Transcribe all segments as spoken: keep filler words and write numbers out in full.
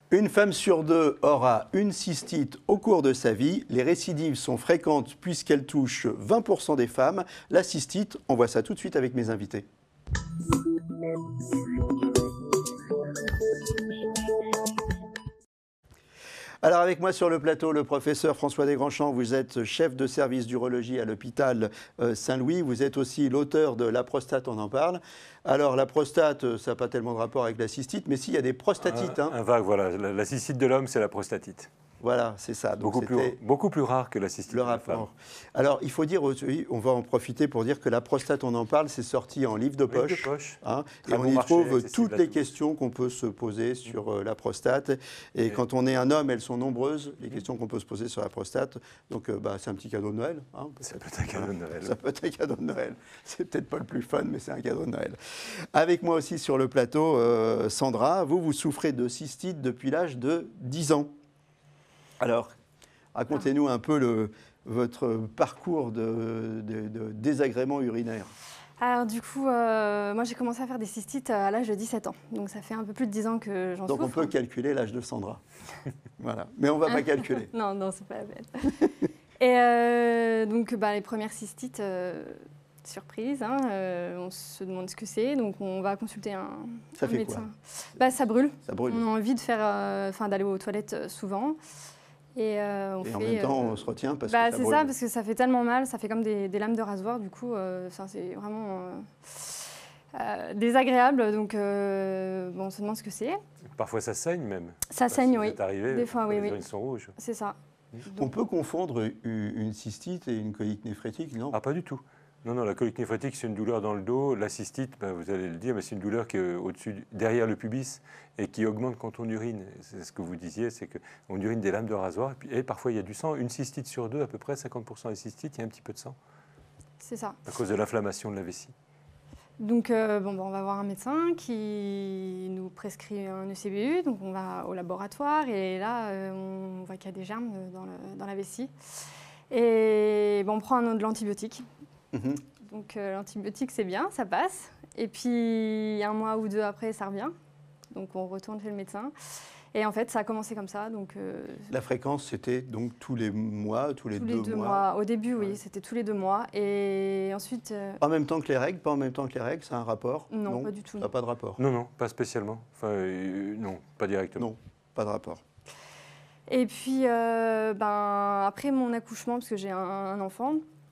Une femme sur deux aura une cystite au cours de sa vie. Les récidives sont fréquentes puisqu'elles touchent vingt pour cent des femmes. La cystite, on voit ça tout de suite avec mes invités. Alors avec moi sur le plateau, le professeur François Desgrandchamps, vous êtes chef de service d'urologie à l'hôpital Saint-Louis. Vous êtes aussi l'auteur de La prostate, on en parle. Alors la prostate, ça n'a pas tellement de rapport avec la cystite, mais s'il y a des prostatites. Un, hein. un vague, voilà. La, la cystite de l'homme, c'est la prostatite. Voilà, c'est ça. Donc beaucoup, plus, beaucoup plus rare que la cystite le de la rapport. femme. Alors, il faut dire, on va en profiter pour dire que la prostate, on en parle, c'est sorti en livre de poche. Livre de poche. Hein, et Très on bon y marché, trouve toutes les tous. questions qu'on peut se poser sur euh, la prostate. Et, et quand on est un homme, elles sont nombreuses, les questions qu'on peut se poser sur la prostate. Donc, euh, bah, c'est un petit cadeau de Noël. Hein, ça peut être un cadeau de Noël. Ça peut être un cadeau de Noël. C'est peut-être pas le plus fun, mais c'est un cadeau de Noël. Avec moi aussi sur le plateau, euh, Sandra, vous, vous souffrez de cystite depuis l'âge de dix ans. Alors, racontez-nous un peu le, votre parcours de, de, de désagréments urinaires. Alors du coup, euh, moi j'ai commencé à faire des cystites à l'âge de dix-sept ans. Donc ça fait un peu plus de dix ans que j'en souffre. Donc on peut calculer l'âge de Sandra. Voilà. Mais on ne va pas calculer. Non, non, c'est pas la peine. Et euh, donc bah, les premières cystites, euh, surprise, hein, euh, on se demande ce que c'est. Donc on va consulter un, ça un fait médecin. Quoi bah, ça brûle. Ça brûle. On a envie de faire, euh, enfin, d'aller aux toilettes souvent. Et, euh, on et fait, en même temps, euh, on se retient parce bah, que ça c'est brûle. ça, parce que ça fait tellement mal, ça fait comme des, des lames de rasoir, du coup, euh, c'est vraiment euh, euh, désagréable. Donc, euh, bon, on se demande ce que c'est. Parfois, ça saigne même. Ça saigne, oui. Vous êtes arrivé, des fois, oui, les oui. urines sont rouges. C'est ça. Donc, on peut confondre une cystite et une colique néphrétique, non? Ah, pas du tout. Non, non, la colique néphrétique, c'est une douleur dans le dos. La cystite, ben, vous allez le dire, mais c'est une douleur qui est au-dessus, derrière le pubis et qui augmente quand on urine. C'est ce que vous disiez, c'est qu'on urine des lames de rasoir et, puis, et parfois il y a du sang. Une cystite sur deux, à peu près cinquante pour cent des cystites, il y a un petit peu de sang. C'est ça. À cause de l'inflammation de la vessie. Donc, euh, bon, ben, on va voir un médecin qui nous prescrit un E C B U. Donc, on va au laboratoire et là, euh, on voit qu'il y a des germes dans, le, dans la vessie. Et bon, on prend un, de l'antibiotique. Mmh. Donc euh, l'antibiotique, c'est bien, ça passe. Et puis un mois ou deux après, ça revient. Donc on retourne chez le médecin. Et en fait, ça a commencé comme ça. Donc, euh, la fréquence, c'était donc tous les mois, tous les tous deux, les deux mois. mois. Au début, oui, ouais. C'était tous les deux mois. Et ensuite... Euh... En même temps que les règles, pas en même temps que les règles, ça a un rapport? Non, non, pas du tout. Ça n'a pas de rapport? Non, non, pas spécialement. Enfin, euh, non, pas directement. Non, pas de rapport. Et puis, euh, ben, après mon accouchement, parce que j'ai un, un enfant,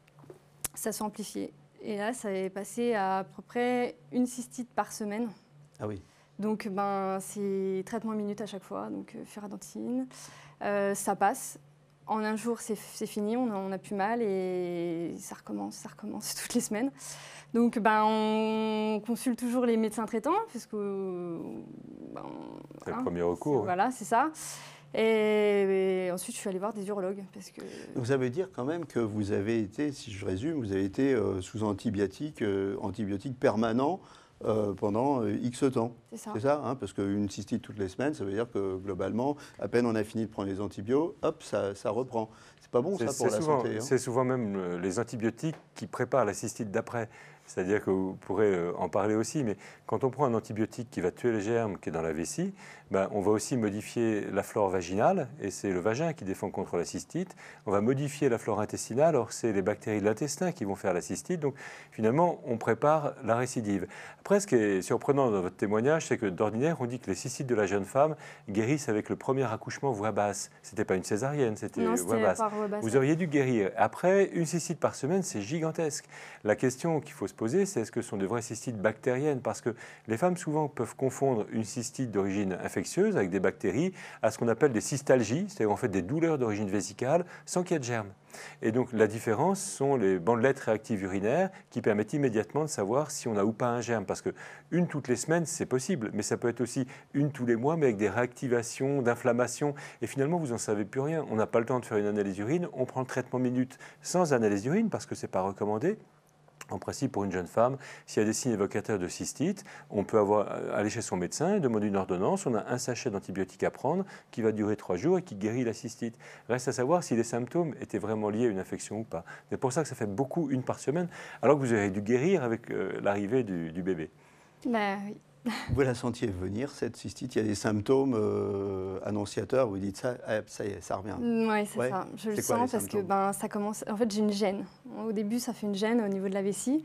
ça s'est amplifié. Et là, ça est passé à à peu près une cystite par semaine. Ah oui. Donc, ben, c'est traitement minute à chaque fois, donc euh, furadentine. Euh, ça passe. En un jour, c'est fini, on n'a plus mal et ça recommence, ça recommence toutes les semaines. Donc, ben, on consulte toujours les médecins traitants, parce que... Ben, c'est hein, le premier recours. Voilà, c'est ça. Et, et ensuite, je suis allée voir des urologues. Parce que... Donc, ça veut dire quand même que vous avez été, si je résume, vous avez été euh, sous antibiotiques, euh, antibiotiques permanents euh, pendant euh, X temps. C'est ça. C'est ça, hein, parce qu'une cystite toutes les semaines, ça veut dire que globalement, à peine on a fini de prendre les antibiotiques, hop, ça, ça reprend. C'est pas bon ça pour la souvent, santé. Hein. C'est souvent même les antibiotiques qui préparent la cystite d'après. C'est-à-dire que vous pourrez en parler aussi, mais quand on prend un antibiotique qui va tuer les germes qui est dans la vessie, ben, on va aussi modifier la flore vaginale, et c'est le vagin qui défend contre la cystite. On va modifier la flore intestinale, or c'est les bactéries de l'intestin qui vont faire la cystite. Donc finalement, on prépare la récidive. Après, ce qui est surprenant dans votre témoignage, c'est que d'ordinaire, on dit que les cystites de la jeune femme guérissent avec le premier accouchement voix basse. Ce n'était pas une césarienne, c'était voix basse. Voix basse. Vous auriez dû guérir. Après, une cystite par semaine, c'est gigantesque. La question qu'il faut se poser, c'est est-ce que ce sont de vraies cystites bactériennes? Parce que les femmes, souvent, peuvent confondre une cystite d'origine infectieuse avec des bactéries à ce qu'on appelle des cystalgies, c'est-à-dire en fait des douleurs d'origine vésicale sans qu'il y ait de germes. Et donc, la différence sont les bandelettes réactives urinaires qui permettent immédiatement de savoir si on a ou pas un germe. Parce qu'une toutes les semaines, c'est possible, mais ça peut être aussi une tous les mois, mais avec des réactivations, d'inflammation. Et finalement, vous n'en savez plus rien. On n'a pas le temps de faire une analyse urine. On prend le traitement minute sans analyse urine parce que ce n'est pas recommandé. En principe, pour une jeune femme, s'il y a des signes évocateurs de cystite, on peut avoir, aller chez son médecin, demander une ordonnance, on a un sachet d'antibiotiques à prendre qui va durer trois jours et qui guérit la cystite. Reste à savoir si les symptômes étaient vraiment liés à une infection ou pas. C'est pour ça que ça fait beaucoup, une par semaine, alors que vous auriez dû guérir avec euh, l'arrivée du, du bébé. Bah, oui. Vous la sentiez venir, cette cystite? Il y a des symptômes euh, annonciateurs, vous dites ça, ah, ça y est, ça revient. Oui, c'est Ouais. ça. Je le C'est quoi, sens les parce que symptômes? ben, ça commence. En fait, j'ai une gêne. Au début, ça fait une gêne au niveau de la vessie.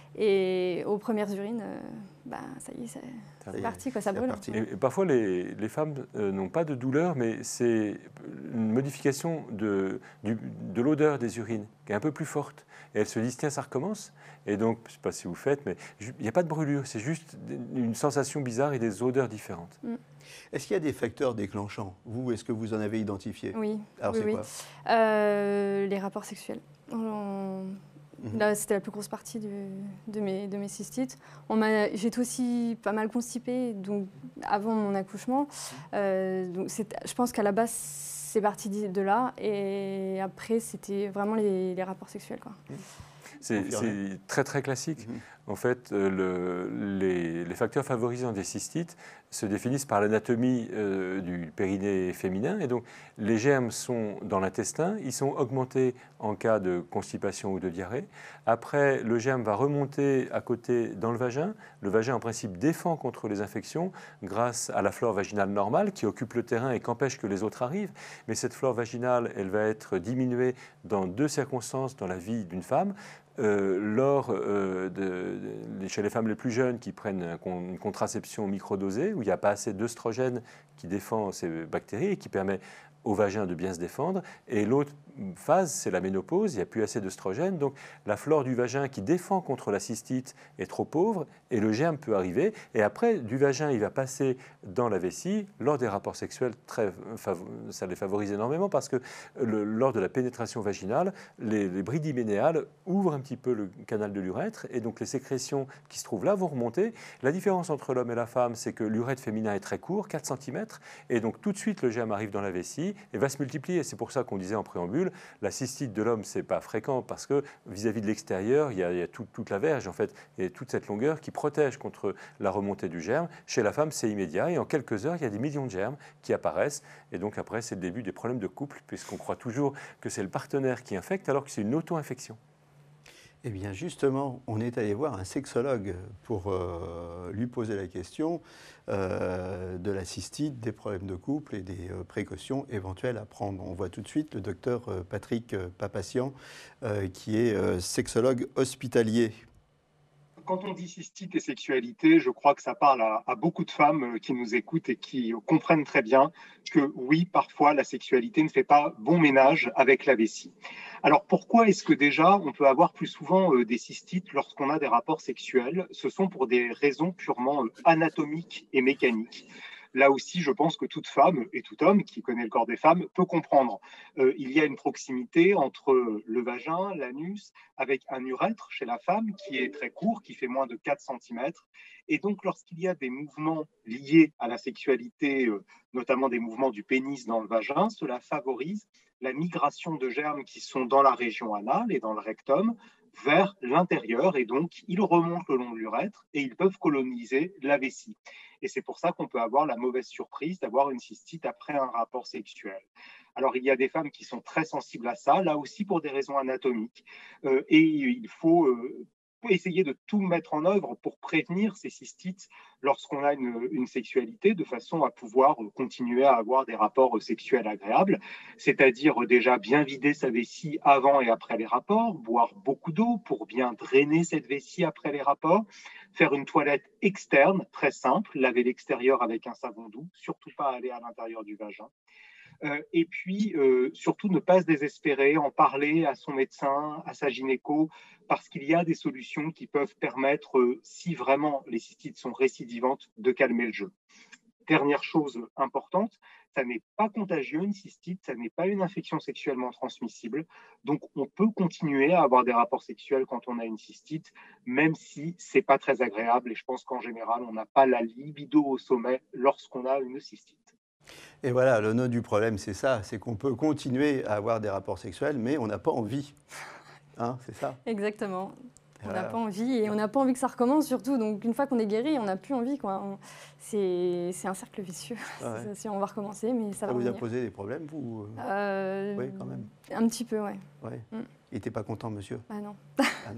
Et aux premières urines, euh, ben, ça y est, c'est Ça y c'est est, parti, quoi, ça c'est brûle. reparti. Et, et parfois, les, les femmes euh, n'ont pas de douleur, mais c'est une modification de, du- de l'odeur des urines qui est un peu plus forte. Et elles se disent, tiens, ça recommence. Et donc, je ne sais pas si vous faites, mais ju- il n'y a pas de brûlure, c'est juste une sensation bizarre et des odeurs différentes. Est-ce qu'il y a des facteurs déclenchants? Vous, est-ce que vous en avez identifié? Oui, Alors oui, c'est oui. quoi? Euh, les rapports sexuels. On- Mhm. Là, c'était la plus grosse partie du- de, mes, de mes cystites. On m'a- J'étais aussi pas mal constipée donc, avant mon accouchement. Euh, donc c'est- je pense qu'à la base, c'est parti de de là. Et après, c'était vraiment les, les rapports sexuels, quoi. C'est Confirmé. c'est très très classique. Mhm. En fait, euh, le- les, les facteurs favorisants des cystites se définissent par l'anatomie euh, du périnée féminin. Et donc, les germes sont dans l'intestin, ils sont augmentés en cas de constipation ou de diarrhée. Après, le germe va remonter à côté dans le vagin. Le vagin, en principe, défend contre les infections grâce à la flore vaginale normale qui occupe le terrain et qu'empêche que les autres arrivent. Mais cette flore vaginale, elle va être diminuée dans deux circonstances dans la vie d'une femme. Euh, lors euh, de, de- chez les femmes les plus jeunes qui prennent un con- une contraception microdosée, où il n'y a pas assez d'œstrogène qui défend ces bactéries et qui permet au vagin de bien se défendre. Et l'autre phase, c'est la ménopause, il n'y a plus assez d'œstrogène. Donc la flore du vagin qui défend contre la cystite est trop pauvre et le germe peut arriver. Et après, du vagin, il va passer dans la vessie. Lors des rapports sexuels, très, ça les favorise énormément parce que le- lors de la pénétration vaginale, les, les brides hyménéales ouvrent un petit peu le canal de l'urètre et donc les sécrétions qui se trouvent là vont remonter. La différence entre l'homme et la femme, c'est que l'urètre féminin est très court, quatre centimètres, et donc tout de suite le germe arrive dans la vessie et va se multiplier. C'est pour ça qu'on disait en préambule, la cystite de l'homme, c'est pas fréquent parce que vis-à-vis de l'extérieur, il y a, il y a tout- toute la verge, en fait, et toute cette longueur qui protège contre la remontée du germe. Chez la femme, c'est immédiat et en quelques heures, il y a des millions de germes qui apparaissent. Et donc après, c'est le début des problèmes de couple puisqu'on croit toujours que c'est le partenaire qui infecte alors que c'est une auto-infection. Eh bien, justement, on est allé voir un sexologue pour euh, lui poser la question euh, de la cystite, des problèmes de couple et des euh, précautions éventuelles à prendre. On voit tout de suite le docteur euh, Patrick euh, Papassian, euh, qui est euh, sexologue hospitalier. Quand on dit cystite et sexualité, je crois que ça parle à, à beaucoup de femmes qui nous écoutent et qui comprennent très bien que oui, parfois la sexualité ne fait pas bon ménage avec la vessie. Alors pourquoi est-ce que déjà on peut avoir plus souvent euh, des cystites lorsqu'on a des rapports sexuels? Ce sont pour des raisons purement euh, anatomiques et mécaniques. Là aussi, je pense que toute femme et tout homme qui connaît le corps des femmes peut comprendre. Euh, il y a une proximité entre le vagin, l'anus, avec un urètre chez la femme qui est très court, qui fait moins de quatre centimètres. Et donc, lorsqu'il y a des mouvements liés à la sexualité, euh, notamment des mouvements du pénis dans le vagin, cela favorise la migration de germes qui sont dans la région anale et dans le rectum vers l'intérieur. Et donc, ils remontent le long de l'urètre et ils peuvent coloniser la vessie. Et c'est pour ça qu'on peut avoir la mauvaise surprise d'avoir une cystite après un rapport sexuel. Alors, il y a des femmes qui sont très sensibles à ça, là aussi pour des raisons anatomiques. Euh, et il faut euh, essayer de tout mettre en œuvre pour prévenir ces cystites lorsqu'on a une, une sexualité, de façon à pouvoir continuer à avoir des rapports sexuels agréables, c'est-à-dire déjà bien vider sa vessie avant et après les rapports, boire beaucoup d'eau pour bien drainer cette vessie après les rapports, faire une toilette externe, très simple, laver l'extérieur avec un savon doux, surtout pas aller à l'intérieur du vagin. Euh, et puis, euh, surtout, ne pas se désespérer, en parler à son médecin, à sa gynéco, parce qu'il y a des solutions qui peuvent permettre, euh, si vraiment les cystites sont récidivantes, de calmer le jeu. Dernière chose importante, ça n'est pas contagieux, une cystite, ça n'est pas une infection sexuellement transmissible. Donc, on peut continuer à avoir des rapports sexuels quand on a une cystite, même si ce n'est pas très agréable. Et je pense qu'en général, on n'a pas la libido au sommet lorsqu'on a une cystite. Et voilà, le nœud du problème, c'est ça, c'est qu'on peut continuer à avoir des rapports sexuels, mais on n'a pas envie. Hein, c'est ça? Exactement. On n'a Voilà. pas envie et on n'a pas envie que ça recommence surtout. Donc une fois qu'on est guéri, on n'a plus envie, quoi. On- C'est c'est un cercle vicieux. Ah ouais. C'est- Si on va recommencer, mais ça, Ça va vous a revenir. posé des problèmes, vous? Euh, Oui, quand même. Un petit peu, ouais. Ouais. Mm. Il n'était pas content, monsieur? Ah non. Ah non.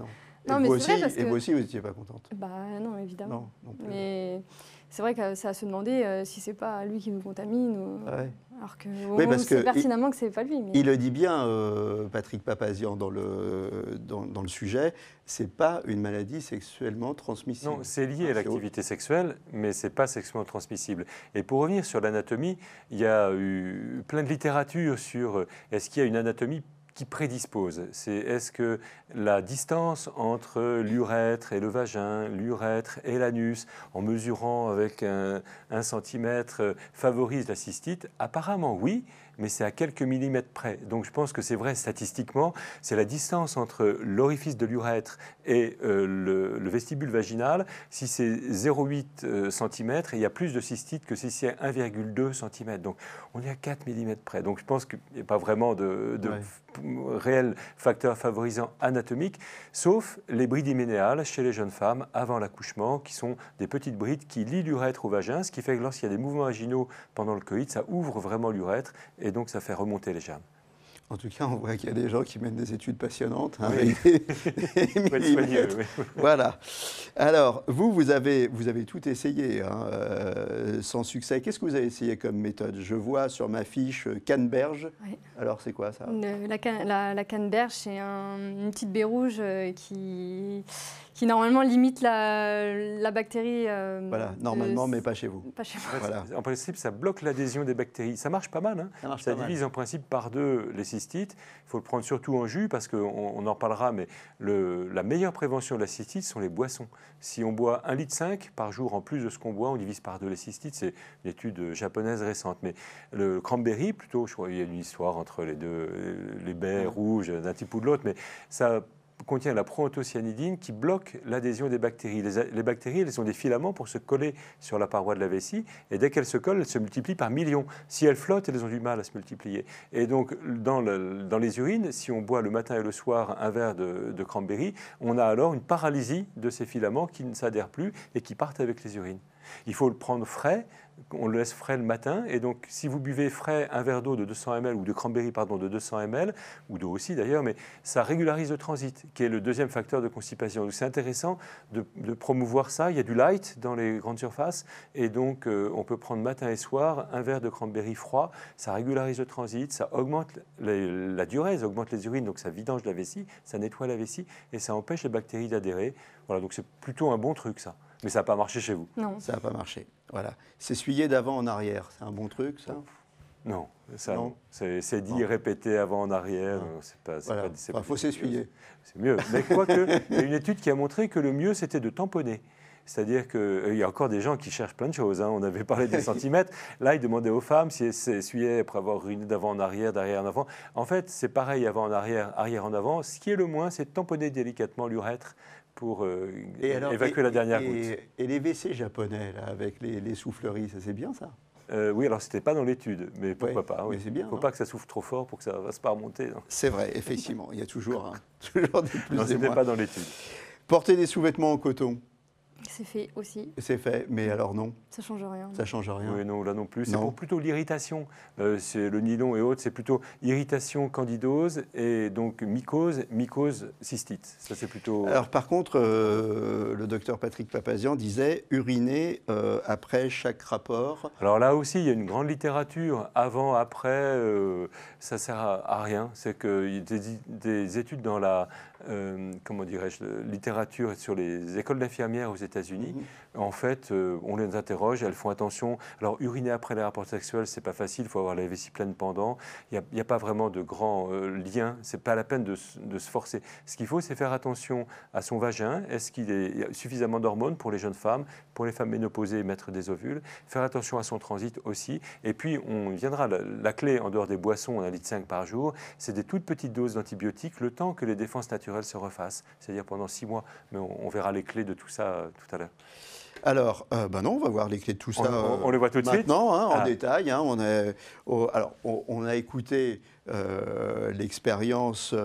Non, et, mais vous c'est vrai aussi, parce et que- vous aussi, vous n'étiez pas contente. Bah non, évidemment. Non, non plus. Mais c'est vrai que c'est à se demander euh, si c'est pas lui qui nous contamine, ou... Ouais. alors que Oui, on parce sait que pertinemment que c'est pas lui. Mais... Il le dit bien, euh, Patrick Papazian, dans le, dans, dans le sujet, c'est pas une maladie sexuellement transmissible. Non, c'est lié Hein, à l'activité sexuelle, mais ce n'est pas sexuellement transmissible. Et pour revenir sur l'anatomie, il y a eu plein de littérature sur euh, est-ce qu'il y a une anatomie qui prédispose. C'est est-ce que la distance entre l'urètre et le vagin, l'urètre et l'anus, en mesurant avec un, un centimètre, euh, favorise la cystite? Apparemment oui, mais c'est à quelques millimètres près. Donc je pense que c'est vrai statistiquement, c'est la distance entre l'orifice de l'urètre et euh, le, le vestibule vaginal. Si c'est zéro virgule huit euh, cm, il y a plus de cystite que si c'est un virgule deux cm. Donc on est à quatre millimètres près. Donc je pense qu'il n'y a pas vraiment de, de ouais. réel facteur favorisant anatomique, sauf les brides hyménéales chez les jeunes femmes avant l'accouchement, qui sont des petites brides qui lient l'urètre au vagin, ce qui fait que lorsqu'il y a des mouvements vaginaux pendant le coït, ça ouvre vraiment l'urètre et donc ça fait remonter les germes. En tout cas, on voit qu'il y a des gens qui mènent des études passionnantes. Hein, oui. avec des, des millimètres. Oui. Voilà. Alors, vous, vous avez, vous avez tout essayé, hein, euh, sans succès. Qu'est-ce que vous avez essayé comme méthode? Je vois sur ma fiche euh, canneberge. Oui. Alors, c'est quoi ça? Le, la, can, la, la canneberge, c'est un, une petite baie rouge euh, qui, qui normalement limite la, la bactérie. Euh, voilà, normalement, de, mais pas chez vous. Pas chez vous. Voilà. En principe, ça bloque l'adhésion des bactéries. Ça marche pas mal. Hein. Ça, marche ça pas divise mal. en principe par deux les cystite. Il faut le prendre surtout en jus parce qu'on on en parlera, mais le, la meilleure prévention de la cystite sont les boissons. Si on boit un litre cinq par jour en plus de ce qu'on boit, on divise par deux les cystites. C'est une étude japonaise récente. Mais le cranberry, plutôt, je crois qu'il y a une histoire entre les deux, les baies rouges d'un type ou de l'autre, mais ça contient la proanthocyanidine qui bloque l'adhésion des bactéries. Les, les bactéries, elles ont des filaments pour se coller sur la paroi de la vessie, et dès qu'elles se collent, elles se multiplient par millions. Si elles flottent, elles ont du mal à se multiplier. Et donc, dans, le, dans les urines, si on boit le matin et le soir un verre de, de cranberry, on a alors une paralysie de ces filaments qui ne s'adhèrent plus et qui partent avec les urines. Il faut le prendre frais, on le laisse frais le matin, et donc si vous buvez frais un verre d'eau de deux cents millilitres, ou de cranberry pardon, de deux cents millilitres, ou d'eau aussi d'ailleurs, mais ça régularise le transit, qui est le deuxième facteur de constipation. Donc c'est intéressant de, de promouvoir ça. Il y a du light dans les grandes surfaces, et donc euh, on peut prendre matin et soir un verre de cranberry froid, ça régularise le transit, ça augmente les, la diurèse, augmente les urines, donc ça vidange la vessie, ça nettoie la vessie, et ça empêche les bactéries d'adhérer. Voilà, donc c'est plutôt un bon truc ça. Mais ça n'a pas marché chez vous. Non. Ça n'a pas marché. Voilà. S'essuyer d'avant en arrière, c'est un bon truc, ça? Non, ça, non. C'est dit et répété avant en arrière. Il voilà. enfin, faut s'essuyer. C'est mieux. Mais quoique, il y a une étude qui a montré que le mieux, c'était de tamponner. C'est-à-dire qu'il euh, y a encore des gens qui cherchent plein de choses. Hein. On avait parlé des centimètres. Là, ils demandaient aux femmes si elles s'essuyaient après avoir uriné d'avant en arrière, d'arrière en avant. En fait, c'est pareil avant en arrière, arrière en avant. Ce qui est le moins, c'est de tamponner délicatement l'urètre pour euh, et alors, évacuer et, la dernière et, goutte. Et les W C japonais, là, avec les, les souffleries, ça c'est bien ça? euh, Oui, alors c'était pas dans l'étude, mais pourquoi ouais, pas. Oui. Il ne faut non pas que ça souffle trop fort pour que ça ne fasse pas remonter. C'est vrai, effectivement, il y a toujours, hein, toujours des plus non, et moins. C'était pas dans l'étude. Porter des sous-vêtements en coton. C'est fait aussi. C'est fait, mais alors non. Ça change rien. Ça change rien. Oui, non, là non plus. C'est pour plutôt l'irritation. Euh, c'est le nylon et autres, c'est plutôt irritation, candidose et donc mycose, mycose, cystite. Ça c'est plutôt. Alors par contre, euh, le docteur Patrick Papazian disait uriner euh, après chaque rapport. Alors là aussi, il y a une grande littérature avant, après. Euh, ça sert à, à rien. C'est qu'il y a des, des études dans la euh, comment dirais-je, littérature sur les écoles d'infirmières aux États-Unis. Mmh. En fait, euh, on les interroge, elles font attention. Alors, uriner après les rapports sexuels, c'est pas facile. Il faut avoir la vessie pleine pendant. Il n'y a, a pas vraiment de grand euh, lien. C'est pas la peine de, de se forcer. Ce qu'il faut, c'est faire attention à son vagin. Est-ce qu'il y a suffisamment d'hormones pour les jeunes femmes, pour les femmes ménopausées, mettre des ovules. Faire attention à son transit aussi. Et puis, on viendra. La, la clé, en dehors des boissons, un litre cinq par jour, c'est des toutes petites doses d'antibiotiques, le temps que les défenses naturelles se refassent. C'est-à-dire pendant six mois. Mais on, on verra les clés de tout ça euh, tout à l'heure. Alors, euh, ben non, on va voir les clés de tout ça. On, on, on les voit tout de suite maintenant, hein, en ah. détail. Hein, on, a, oh, alors, on, on a écouté euh, l'expérience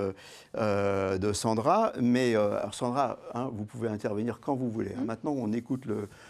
euh, de Sandra, mais euh, alors Sandra, hein, vous pouvez intervenir quand vous voulez. Hein. Maintenant, on écoute le,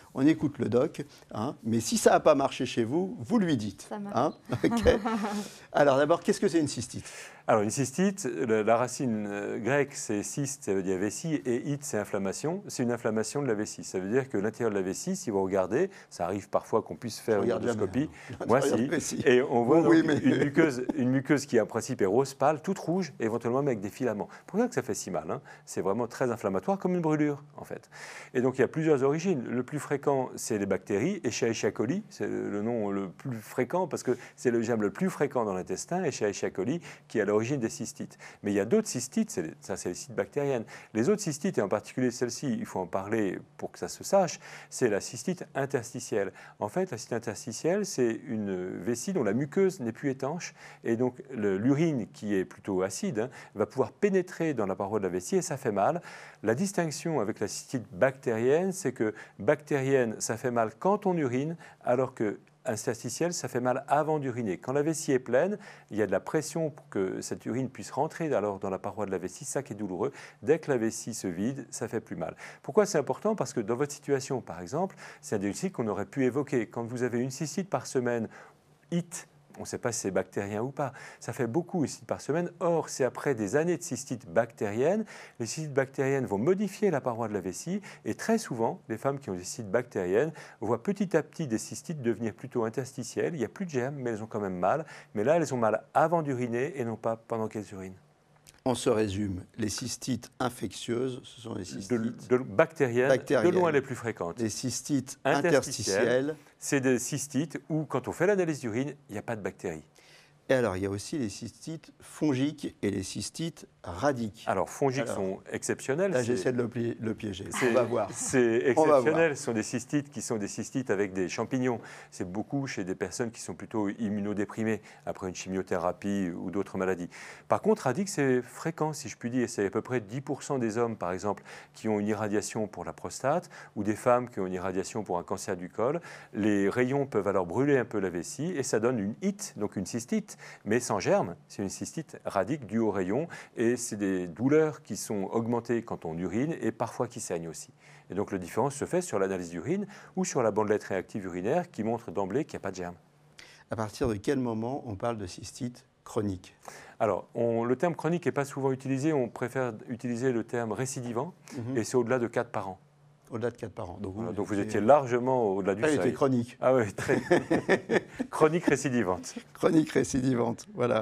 on écoute le doc, hein, mais si ça n'a pas marché chez vous, vous lui dites. Ça marche. Hein, okay. Alors d'abord, qu'est-ce que c'est une cystite? Alors une cystite, la, la racine euh, grecque c'est cyste, ça veut dire vessie, et it c'est inflammation. C'est une inflammation de la vessie. Ça veut dire que l'intérieur de la vessie, si vous regardez, ça arrive parfois qu'on puisse faire une endoscopie. Moi si. Et on voit donc oui, mais... une, muqueuse, une muqueuse qui en principe est rose pâle, toute rouge, et éventuellement avec des filaments. Pour ça que ça fait si mal. Hein. C'est vraiment très inflammatoire, comme une brûlure en fait. Et donc il y a plusieurs origines. Le plus fréquent, c'est les bactéries, Escherichia coli, c'est le nom le plus fréquent parce que c'est le germe le plus fréquent dans l'intestin, Escherichia coli, qui est à l'origine des cystites. Mais il y a d'autres cystites, c'est les, ça c'est les cystites bactériennes. Les autres cystites, et en particulier celle-ci, il faut en parler pour que ça se sache, c'est la cystite interstitielle. En fait, la cystite interstitielle, c'est une vessie dont la muqueuse n'est plus étanche, et donc l'urine, qui est plutôt acide, hein, va pouvoir pénétrer dans la paroi de la vessie, et ça fait mal. La distinction avec la cystite bactérienne, c'est que bactérienne, ça fait mal quand on urine, alors que interstitielle, ça fait mal avant d'uriner. Quand la vessie est pleine, il y a de la pression pour que cette urine puisse rentrer alors dans la paroi de la vessie, ça qui est douloureux. Dès que la vessie se vide, ça fait plus mal. Pourquoi c'est important? Parce que dans votre situation, par exemple, c'est un diagnostic qu'on aurait pu évoquer. Quand vous avez une cystite par semaine, it, on ne sait pas si c'est bactérien ou pas. Ça fait beaucoup une cystite par semaine. Or, c'est après des années de cystite bactérienne. Les cystites bactériennes vont modifier la paroi de la vessie. Et très souvent, les femmes qui ont des cystites bactériennes voient petit à petit des cystites devenir plutôt interstitielles. Il n'y a plus de germes, mais elles ont quand même mal. Mais là, elles ont mal avant d'uriner et non pas pendant qu'elles urinent. On se résume, les cystites infectieuses, ce sont les cystites de, de bactériennes, bactériennes, de loin les plus fréquentes. Les cystites interstitielles, c'est des cystites où, quand on fait l'analyse d'urine, il n'y a pas de bactéries. Et alors, il y a aussi les cystites fongiques et les cystites radiques. Alors, fongiques alors, sont exceptionnels. Là, j'essaie de le, pi le piéger. On va voir. C'est exceptionnel. Ce sont des cystites qui sont des cystites avec des champignons. C'est beaucoup chez des personnes qui sont plutôt immunodéprimées après une chimiothérapie ou d'autres maladies. Par contre, radiques, c'est fréquent, si je puis dire. C'est à peu près dix pour cent des hommes, par exemple, qui ont une irradiation pour la prostate ou des femmes qui ont une irradiation pour un cancer du col. Les rayons peuvent alors brûler un peu la vessie et ça donne une it, donc une cystite. Mais sans germe, c'est une cystite radique due aux rayons et c'est des douleurs qui sont augmentées quand on urine et parfois qui saignent aussi. Et donc la différence se fait sur l'analyse d'urine ou sur la bandelette réactive urinaire qui montre d'emblée qu'il n'y a pas de germe. À partir de quel moment on parle de cystite chronique? Alors, on, le terme chronique n'est pas souvent utilisé, on préfère utiliser le terme récidivant mm-hmm. et c'est au-delà de quatre par an. Au-delà de quatre par an. Donc, voilà, donc vous étiez largement au-delà du seuil. Elle était chronique. Ah oui, très chronique récidivante. Chronique récidivante, voilà.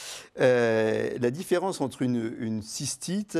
Euh, la différence entre une, une cystite,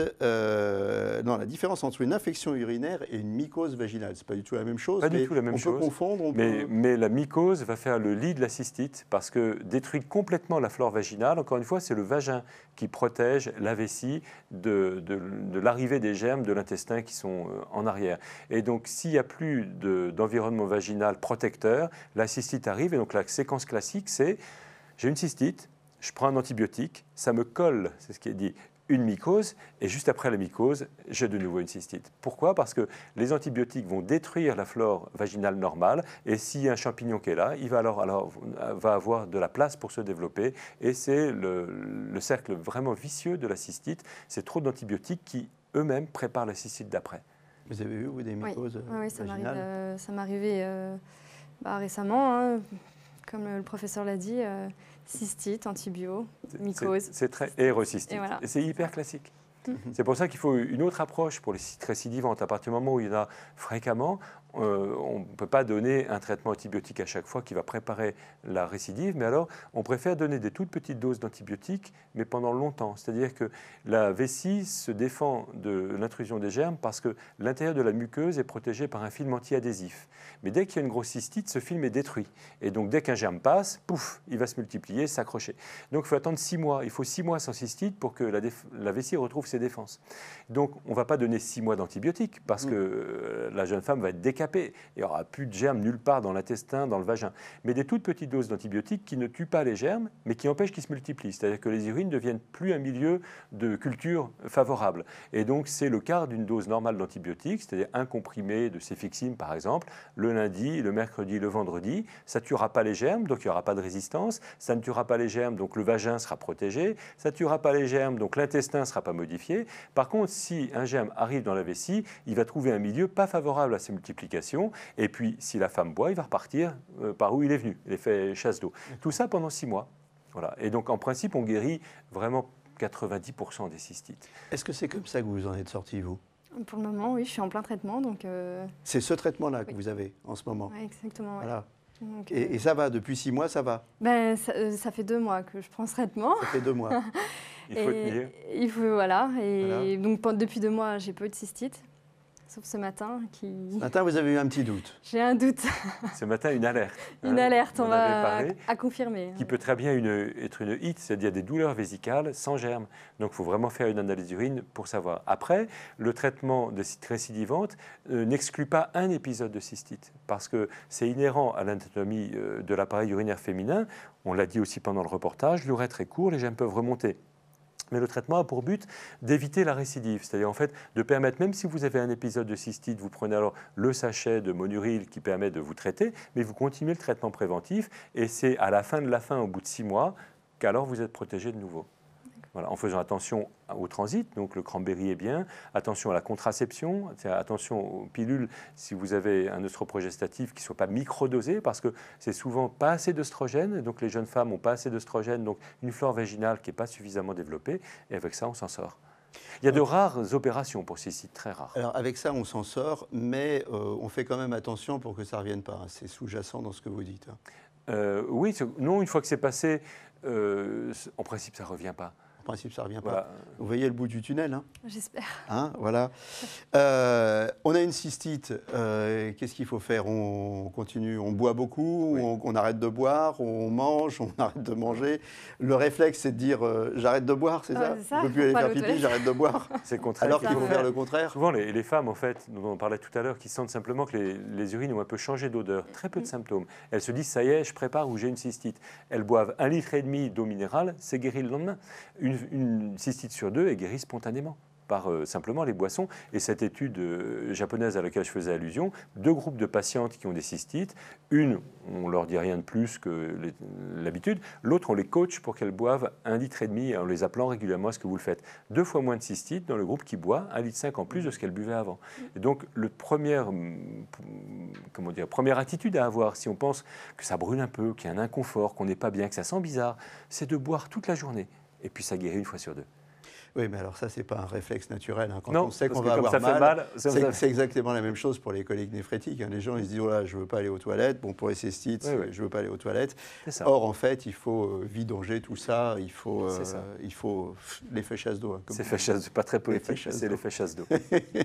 euh, non, la différence entre une infection urinaire et une mycose vaginale, c'est pas du tout la même chose. Pas du tout la même on chose. Peut confondre, on mais, peut... mais la mycose va faire le lit de la cystite parce que détruit complètement la flore vaginale. Encore une fois, c'est le vagin qui protège la vessie de, de, de l'arrivée des germes de l'intestin qui sont en arrière. Et donc, s'il n'y a plus d'environnement vaginal protecteur, la cystite arrive. Et donc, la séquence classique, c'est j'ai une cystite, je prends un antibiotique, ça me colle, c'est ce qui est dit, une mycose, et juste après la mycose, j'ai de nouveau une cystite. Pourquoi? Parce que les antibiotiques vont détruire la flore vaginale normale, et s'il y a un champignon qui est là, il va alors, alors va avoir de la place pour se développer, et c'est le, le cercle vraiment vicieux de la cystite. C'est trop d'antibiotiques qui eux-mêmes préparent la cystite d'après. Vous avez eu, vous, des mycoses oui. Oui, ça vaginales? euh, Ça m'est arrivé euh, bah, récemment, hein, comme le professeur l'a dit, euh, cystite, antibio, mycose. C'est très érocystite. Et, voilà. Et c'est hyper classique. Mmh. C'est pour ça qu'il faut une autre approche pour les cystites récidivantes. À partir du moment où il y en a fréquemment, euh, on ne peut pas donner un traitement antibiotique à chaque fois qui va préparer la récidive, mais alors on préfère donner des toutes petites doses d'antibiotiques, mais pendant longtemps. C'est-à-dire que la vessie se défend de l'intrusion des germes parce que l'intérieur de la muqueuse est protégé par un film anti-adhésif. Mais dès qu'il y a une grosse cystite, ce film est détruit. Et donc dès qu'un germe passe, pouf, il va se multiplier, s'accrocher. Donc il faut attendre six mois. Il faut six mois sans cystite pour que la, la vessie retrouve ses défenses. Donc on ne va pas donner six mois d'antibiotiques parce que euh, la jeune femme va être décapée. Il n'y aura plus de germes nulle part dans l'intestin, dans le vagin. Mais des toutes petites doses d'antibiotiques qui ne tuent pas les germes, mais qui empêchent qu'ils se multiplient. C'est-à-dire que les urines ne deviennent plus un milieu de culture favorable. Et donc c'est le quart d'une dose normale d'antibiotiques, c'est-à-dire un comprimé de céfixime par exemple, le lundi, le mercredi, le vendredi. Ça ne tuera pas les germes, donc il n'y aura pas de résistance. Ça ne tuera pas les germes, donc le vagin sera protégé. Ça ne tuera pas les germes, donc l'intestin ne sera pas modifié. Par contre, si un germe arrive dans la vessie, il va trouver un milieu pas favorable à ses multiplications. lubrification. Et puis, si la femme boit, il va repartir euh, par où il est venu, l'effet chasse d'eau. Tout ça pendant six mois. Voilà. Et donc, en principe, on guérit vraiment quatre-vingt-dix pour cent des cystites. Est-ce que c'est comme ça que vous en êtes sorti, vous? Pour le moment, oui, je suis en plein traitement. Donc, euh... C'est ce traitement-là que oui. vous avez en ce moment? Oui, exactement. Ouais. Voilà. Donc, euh... et, et ça va, depuis six mois, ça va? ben, ça, euh, ça fait deux mois que je prends ce traitement. Ça fait deux mois. Il faut et tenir. Il faut, voilà. Et voilà. donc, pendant, depuis deux mois, j'ai peu de cystite. Sauf ce matin qui... Ce matin, vous avez eu un petit doute. J'ai un doute. Ce matin, une alerte. Une hein, alerte, on, on va parlé, à, à confirmer. Qui peut très bien une, être une hite, c'est-à-dire des douleurs vésicales sans germe. Donc, il faut vraiment faire une analyse d'urine pour savoir. Après, le traitement de cystite récidivante euh, n'exclut pas un épisode de cystite, parce que c'est inhérent à l'anatomie euh, de l'appareil urinaire féminin. On l'a dit aussi pendant le reportage, l'urètre est court, les germes peuvent remonter. Mais le traitement a pour but d'éviter la récidive, c'est-à-dire en fait de permettre, même si vous avez un épisode de cystite, vous prenez alors le sachet de Monuril qui permet de vous traiter, mais vous continuez le traitement préventif et c'est à la fin de la fin, au bout de six mois, qu'alors vous êtes protégé de nouveau. Voilà, en faisant attention au transit, donc le cranberry est bien, attention à la contraception, attention aux pilules si vous avez un œstroprogestatif qui ne soit pas microdosé, parce que c'est souvent pas assez d'œstrogène, donc les jeunes femmes n'ont pas assez d'œstrogène, donc une flore vaginale qui n'est pas suffisamment développée, et avec ça on s'en sort. Il y a de rares opérations pour cystite, très rares. Alors avec ça on s'en sort, mais euh, on fait quand même attention pour que ça ne revienne pas, c'est sous-jacent dans ce que vous dites. Euh, oui, non, une fois que c'est passé, euh, en principe ça ne revient pas. En principe, ça ne revient Voilà. pas. Vous voyez le bout du tunnel, hein? J'espère. Hein, voilà. Euh, on a une cystite. Euh, Qu'est-ce qu'il faut faire? On continue, on boit beaucoup, Oui. on, on arrête de boire, on mange, on arrête de manger. Le réflexe, c'est de dire euh, j'arrête de boire, c'est Ouais, ça? c'est ça. Je ne peux plus aller Faut faire aller aux pipi, toilettes. j'arrête de boire. C'est le contraire. Alors qu'il qu'il faut faut faire le contraire. Souvent, les, les femmes, en fait, dont on parlait tout à l'heure, qui sentent simplement que les, les urines ont un peu changé d'odeur, très peu de symptômes. Elles se disent, ça y est, je prépare ou j'ai une cystite. Elles boivent un litre et demi d'eau minérale, c'est guéri le lendemain. Une, une cystite sur deux est guérie spontanément par euh, simplement les boissons. Et cette étude euh, japonaise à laquelle je faisais allusion, deux groupes de patientes qui ont des cystites, une, on leur dit rien de plus que l'habitude, l'autre, on les coach pour qu'elles boivent un litre et demi en les appelant régulièrement. Est-ce que vous le faites? Deux fois moins de cystites dans le groupe qui boit un litre cinq en plus de ce qu'elle buvait avant. Et donc, le première, comment dire, première attitude à avoir, si on pense que ça brûle un peu, qu'il y a un inconfort, qu'on n'est pas bien, que ça sent bizarre, c'est de boire toute la journée. Et puis ça guérit une fois sur deux. Oui, mais alors ça, c'est pas un réflexe naturel. Hein. Quand non, on sait qu'on parce va que comme avoir ça fait mal, mal, c'est exactement la même chose pour les coliques néphrétiques. Hein. Les gens, ils se disent, oh là, je veux pas aller aux toilettes. Bon, pour les cystites, oui, oui. je veux pas aller aux toilettes. Or, en fait, il faut euh, vidanger tout ça. Il faut, euh, ça. il faut l'effet chasse d'eau. Hein, c'est l'effet chasse, pas très politique, c'est l'effet chasse d'eau.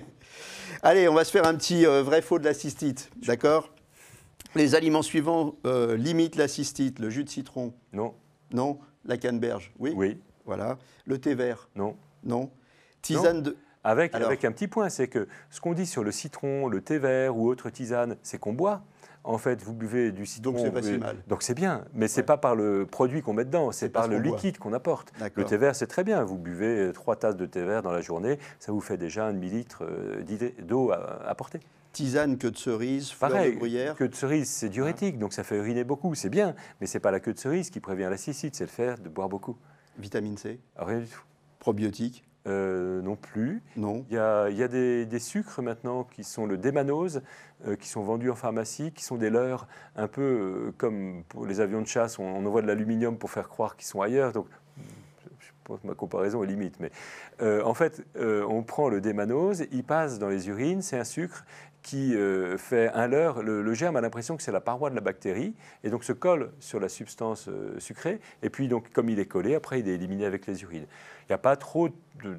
Allez, on va se faire un petit euh, vrai-faux de la cystite, d'accord? Les aliments suivants euh, limitent la cystite. Le jus de citron? Non. Non. La canneberge? Oui. Oui. Voilà. Le thé vert? Non. Non. Tisane non. de... Avec, Alors, avec un petit point, c'est que ce qu'on dit sur le citron, le thé vert ou autre tisane, c'est qu'on boit. En fait, vous buvez du citron. Donc c'est pas buvez... si mal. Donc c'est bien, mais c'est ouais. pas par le produit qu'on met dedans, c'est par le liquide qu'on apporte. Le thé vert, c'est très bien. Vous buvez trois tasses de thé vert dans la journée, ça vous fait déjà un demi-litre d'eau à apporter. Tisane, queue de cerise, fleur Pareil, de bruyère. Queue de cerise, c'est diurétique, ouais. donc ça fait uriner beaucoup, c'est bien, mais c'est pas la queue de cerise qui prévient la cystite, c'est le fait de boire beaucoup. Vitamine C? Rien du tout. Probiotiques? Euh, non plus. Non. Il y a, il y a des, des sucres maintenant qui sont le démanose, euh, qui sont vendus en pharmacie, qui sont des leurres, un peu euh, comme pour les avions de chasse, on, on envoie de l'aluminium pour faire croire qu'ils sont ailleurs. Donc, je pense que ma comparaison est limite. Mais euh, en fait, euh, on prend le démanose, il passe dans les urines, c'est un sucre qui euh, fait un leurre. Le, le germe a l'impression que c'est la paroi de la bactérie et donc se colle sur la substance euh, sucrée. Et puis, donc, comme il est collé, après, il est éliminé avec les urines. Il n'y a pas trop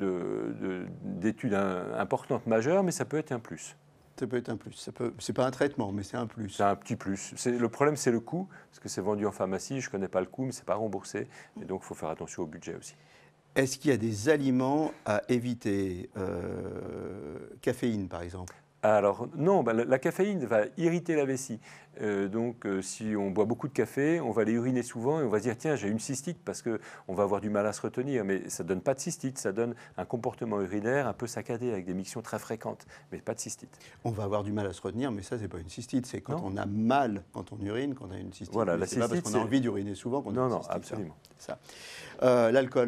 d'études importantes majeures, mais ça peut être un plus. Ça peut être un plus. Ce n'est pas un traitement, mais c'est un plus. C'est un petit plus. Le problème, c'est le coût, parce que c'est vendu en pharmacie. Je ne connais pas le coût, mais ce n'est pas remboursé. Et donc, il faut faire attention au budget aussi. Est-ce qu'il y a des aliments à éviter? euh, Caféine, par exemple? Alors non, ben, la, la caféine va irriter la vessie. Euh, donc euh, si on boit beaucoup de café, on va aller uriner souvent et on va se dire tiens j'ai une cystite parce qu'on va avoir du mal à se retenir. Mais ça ne donne pas de cystite, ça donne un comportement urinaire un peu saccadé avec des mictions très fréquentes, mais pas de cystite. On va avoir du mal à se retenir, mais ça c'est pas une cystite, c'est quand non. on a mal quand on urine qu'on a une cystite. Voilà, la c'est pas parce qu'on a envie d'uriner souvent qu'on a non, une non, cystite. absolument. Ça. Euh, L'alcool?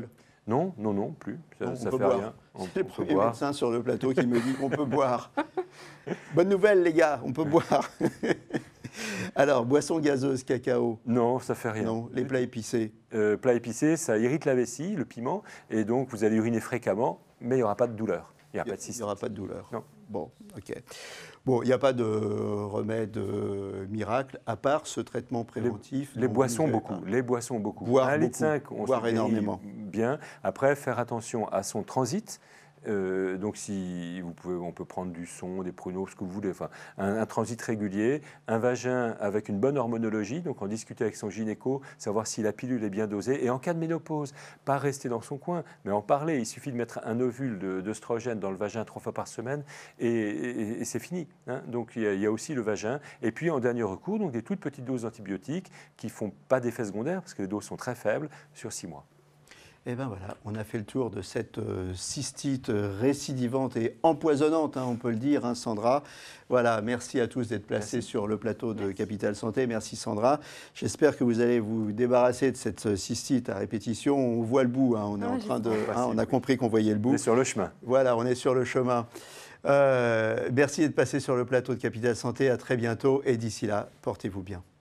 Non, non, non, plus. Ça Non, on ça peut fait boire. rien. On, C'est le on peut premier boire. médecin sur le plateau qui me dit qu'on peut boire. Bonne nouvelle, les gars, on peut boire. Alors, boisson gazeuse, cacao. Non, ça fait rien. Non, les plats épicés. Euh, plat épicé, ça irrite la vessie, le piment, et donc vous allez uriner fréquemment, mais il n'y aura pas de douleur. Il n'y aura pas de Il cystite. n'y aura pas de douleur. Non. Bon, ok. Bon, il n'y a pas de remède euh, miracle, à part ce traitement préventif. Les dont boissons vous avez beaucoup, parlé. les boissons beaucoup. Boire un litre beaucoup. cinq, on Boire se guérit énormément. bien. Après, faire attention à son transit. Euh, donc, si vous pouvez, on peut prendre du son, des pruneaux, ce que vous voulez. Enfin, un, un transit régulier, un vagin avec une bonne hormonologie. Donc, en discuter avec son gynéco, savoir si la pilule est bien dosée. Et en cas de ménopause, pas rester dans son coin, mais en parler. Il suffit de mettre un ovule de- d'œstrogène dans le vagin trois fois par semaine et, et- et c'est fini. Hein. Donc, il y, a, il y a aussi le vagin. Et puis, en dernier recours, donc des toutes petites doses d'antibiotiques qui font pas d'effet secondaire parce que les doses sont très faibles sur six mois. Et bien voilà, on a fait le tour de cette euh, cystite euh, récidivante et empoisonnante, hein, on peut le dire, hein, Sandra. Voilà, merci à tous d'être placés Merci. sur le plateau de Capital Santé. Merci Sandra. J'espère que vous allez vous débarrasser de cette euh, cystite à répétition. On voit le bout, hein, on est Ah, en train de, j'espère. hein, on a compris qu'on voyait le On bout. est sur le chemin. Voilà, on est sur le chemin. Euh, merci d'être passé sur le plateau de Capital Santé. À très bientôt et d'ici là, portez-vous bien.